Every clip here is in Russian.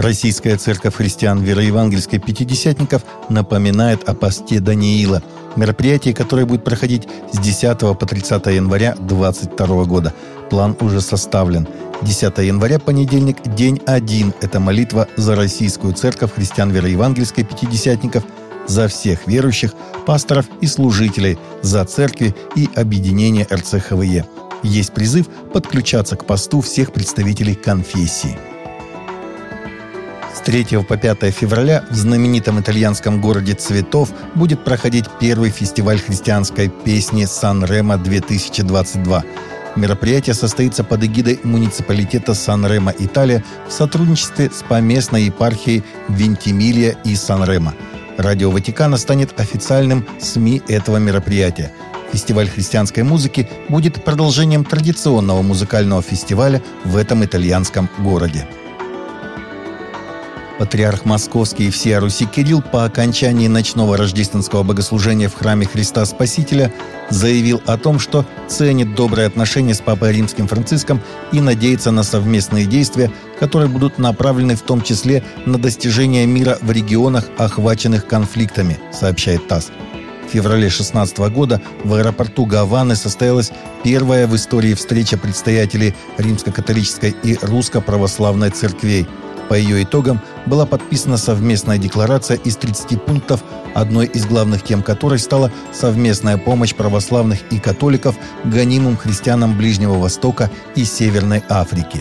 Российская церковь христиан вероевангельской пятидесятников напоминает о посте Даниила, мероприятие, которое будет проходить с 10 по 30 января 2022 года. План уже составлен. 10 января, понедельник, день 1 – это молитва за Российскую церковь христиан вероевангельской пятидесятников, за всех верующих, пасторов и служителей, за церкви и объединение РЦХВЕ. Есть призыв подключаться к посту всех представителей конфессии. С 3 по 5 февраля в знаменитом итальянском городе цветов будет проходить первый фестиваль христианской песни «Сан-Ремо-2022». Мероприятие состоится под эгидой муниципалитета Сан-Ремо, Италия, в сотрудничестве с поместной епархией Вентимилия и Сан-Ремо. Радио Ватикана станет официальным СМИ этого мероприятия. Фестиваль христианской музыки будет продолжением традиционного музыкального фестиваля в этом итальянском городе. Патриарх Московский и всея Руси Кирилл по окончании ночного рождественского богослужения в храме Христа Спасителя заявил о том, что ценит добрые отношения с Папой Римским Франциском и надеется на совместные действия, которые будут направлены в том числе на достижение мира в регионах, охваченных конфликтами, сообщает ТАСС. В феврале 2016 года в аэропорту Гаваны состоялась первая в истории встреча предстоятелей Римско-католической и Русско-православной церквей. По ее итогам была подписана совместная декларация из 30 пунктов, одной из главных тем которой стала совместная помощь православных и католиков гонимым христианам Ближнего Востока и Северной Африки.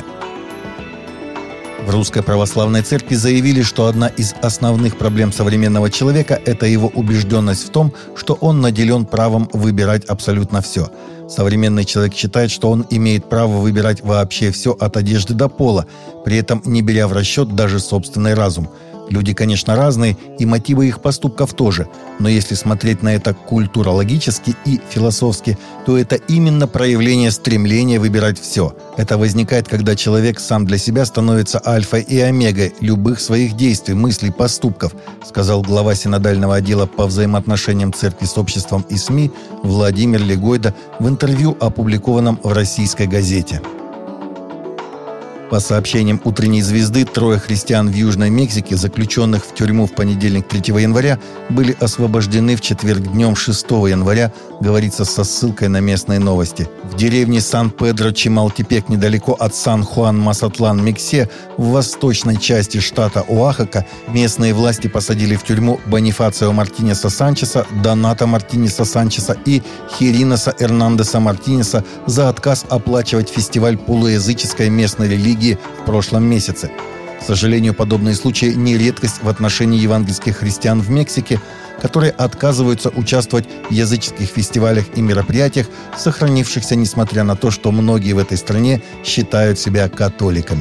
В Русской Православной Церкви заявили, что одна из основных проблем современного человека – это его убежденность в том, что он наделен правом выбирать абсолютно все. Современный человек считает, что он имеет право выбирать вообще все от одежды до пола, при этом не беря в расчет даже собственный разум. Люди, конечно, разные, и мотивы их поступков тоже. Но если смотреть на это культурологически и философски, то это именно проявление стремления выбирать все. Это возникает, когда человек сам для себя становится альфой и омегой любых своих действий, мыслей, поступков, сказал глава синодального отдела по взаимоотношениям церкви с обществом и СМИ Владимир Легойда в интервью, опубликованном в «Российской газете». По сообщениям «Утренней звезды», 3 христиан в Южной Мексике, заключенных в тюрьму в понедельник 3 января, были освобождены в четверг днем 6 января, говорится со ссылкой на местные новости. В деревне Сан-Педро-Чималтепек, недалеко от Сан-Хуан-Масатлан-Мексе, в восточной части штата Оахака, местные власти посадили в тюрьму Бонифацио Мартинеса Санчеса, Доната Мартинеса Санчеса и Хириноса Эрнандеса Мартинеса за отказ оплачивать фестиваль полуязыческой местной религии в прошлом месяце. К сожалению, подобные случаи не редкость в отношении евангельских христиан в Мексике, которые отказываются участвовать в языческих фестивалях и мероприятиях, сохранившихся несмотря на то, что многие в этой стране считают себя католиками.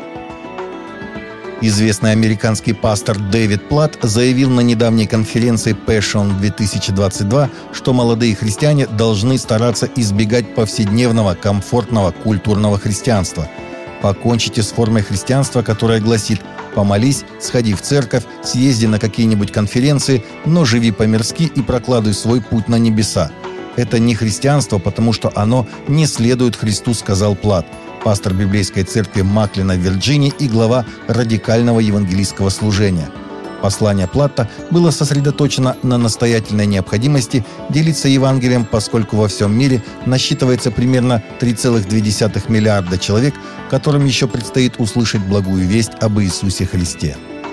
Известный американский пастор Дэвид Платт заявил на недавней конференции Passion 2022, что молодые христиане должны стараться избегать повседневного, комфортного, культурного христианства. Покончите с формой христианства, которая гласит: «Помолись, сходи в церковь, съезди на какие-нибудь конференции, но живи по-мирски и прокладывай свой путь на небеса». Это не христианство, потому что оно не следует Христу, сказал Платт, пастор библейской церкви Маклина в Вирджинии и глава радикального евангелистского служения. Послание Платта было сосредоточено на настоятельной необходимости делиться Евангелием, поскольку во всем мире насчитывается примерно 3,2 миллиарда человек, которым еще предстоит услышать благую весть об Иисусе Христе.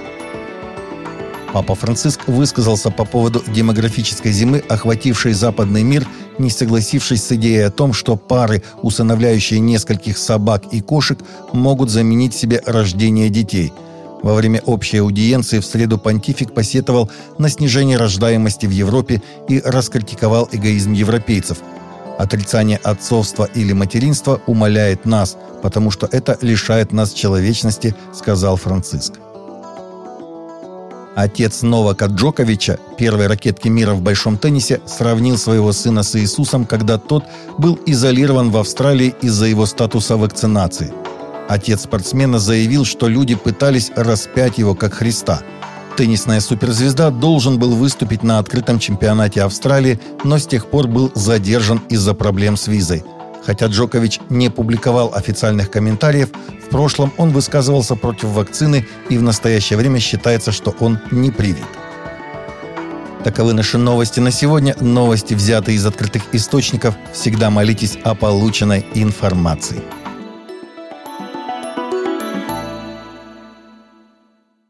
Папа Франциск высказался по поводу демографической зимы, охватившей западный мир, не согласившись с идеей о том, что пары, усыновляющие нескольких собак и кошек, могут заменить себе рождение детей. Во время общей аудиенции в среду понтифик посетовал на снижение рождаемости в Европе и раскритиковал эгоизм европейцев. Отрицание отцовства или материнства умаляет нас, потому что это лишает нас человечности, сказал Франциск. Отец Новака Джоковича, первой ракетки мира в большом теннисе, сравнил своего сына с Иисусом, когда тот был изолирован в Австралии из-за его статуса вакцинации. Отец спортсмена заявил, что люди пытались распять его как Христа. Теннисная суперзвезда должен был выступить на открытом чемпионате Австралии, но с тех пор был задержан из-за проблем с визой. Хотя Джокович не публиковал официальных комментариев, В прошлом он высказывался против вакцины, и в настоящее время считается, что он не привит. Таковы наши новости на сегодня. Новости, взятые из открытых источников. Всегда молитесь о полученной информации.